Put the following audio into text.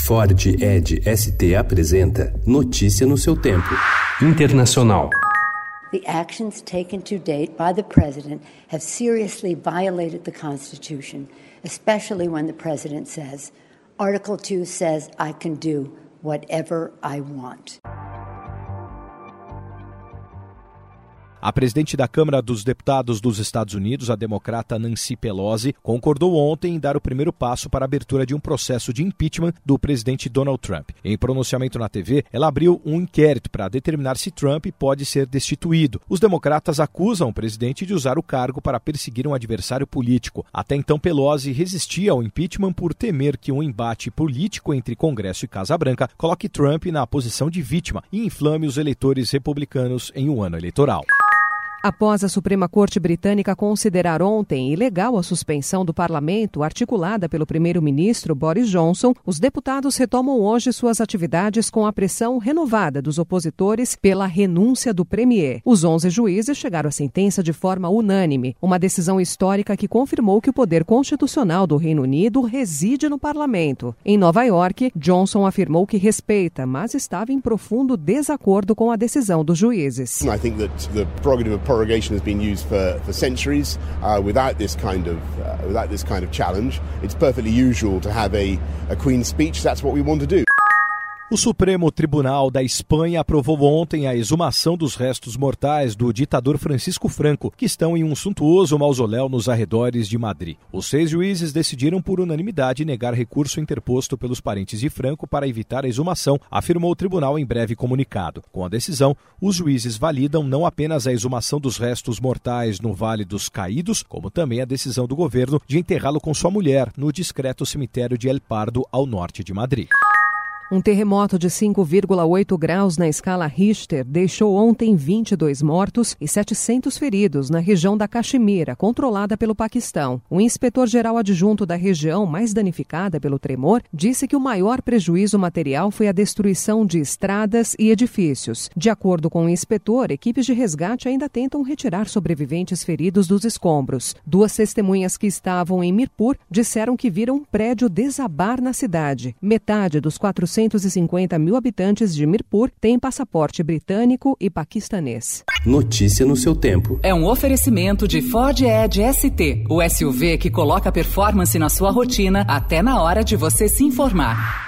Ford Edge ST apresenta Notícia no seu tempo. Internacional. The actions taken to date by the President have seriously violated the Constitution, especially when the President says, Article 2 says I can do whatever I want. A presidente da Câmara dos Deputados dos Estados Unidos, a democrata Nancy Pelosi, concordou ontem em dar o primeiro passo para a abertura de um processo de impeachment do presidente Donald Trump. Em pronunciamento na TV, ela abriu um inquérito para determinar se Trump pode ser destituído. Os democratas acusam o presidente de usar o cargo para perseguir um adversário político. Até então, Pelosi resistia ao impeachment por temer que um embate político entre Congresso e Casa Branca coloque Trump na posição de vítima e inflame os eleitores republicanos em um ano eleitoral. Após a Suprema Corte Britânica considerar ontem ilegal a suspensão do parlamento articulada pelo primeiro-ministro Boris Johnson, os deputados retomam hoje suas atividades com a pressão renovada dos opositores pela renúncia do premier. Os 11 juízes chegaram à sentença de forma unânime, uma decisão histórica que confirmou que o poder constitucional do Reino Unido reside no parlamento. Em Nova York, Johnson afirmou que respeita, mas estava em profundo desacordo com a decisão dos juízes. I think that the prerogative of prorogation has been used for centuries without this kind of challenge. It's perfectly usual to have a Queen's speech. That's what we want to do. O Supremo Tribunal da Espanha aprovou ontem a exumação dos restos mortais do ditador Francisco Franco, que estão em um suntuoso mausoléu nos arredores de Madrid. Os 6 juízes decidiram por unanimidade negar recurso interposto pelos parentes de Franco para evitar a exumação, afirmou o tribunal em breve comunicado. Com a decisão, os juízes validam não apenas a exumação dos restos mortais no Vale dos Caídos, como também a decisão do governo de enterrá-lo com sua mulher no discreto cemitério de El Pardo, ao norte de Madrid. Um terremoto de 5,8 graus na escala Richter deixou ontem 22 mortos e 700 feridos na região da Caxemira, controlada pelo Paquistão. O inspetor-geral adjunto da região mais danificada pelo tremor disse que o maior prejuízo material foi a destruição de estradas e edifícios. De acordo com o inspetor, equipes de resgate ainda tentam retirar sobreviventes feridos dos escombros. 2 testemunhas que estavam em Mirpur disseram que viram um prédio desabar na cidade. Metade dos 450 mil habitantes de Mirpur têm passaporte britânico e paquistanês. Notícia no seu tempo. É um oferecimento de Ford Edge ST, o SUV que coloca performance na sua rotina até na hora de você se informar.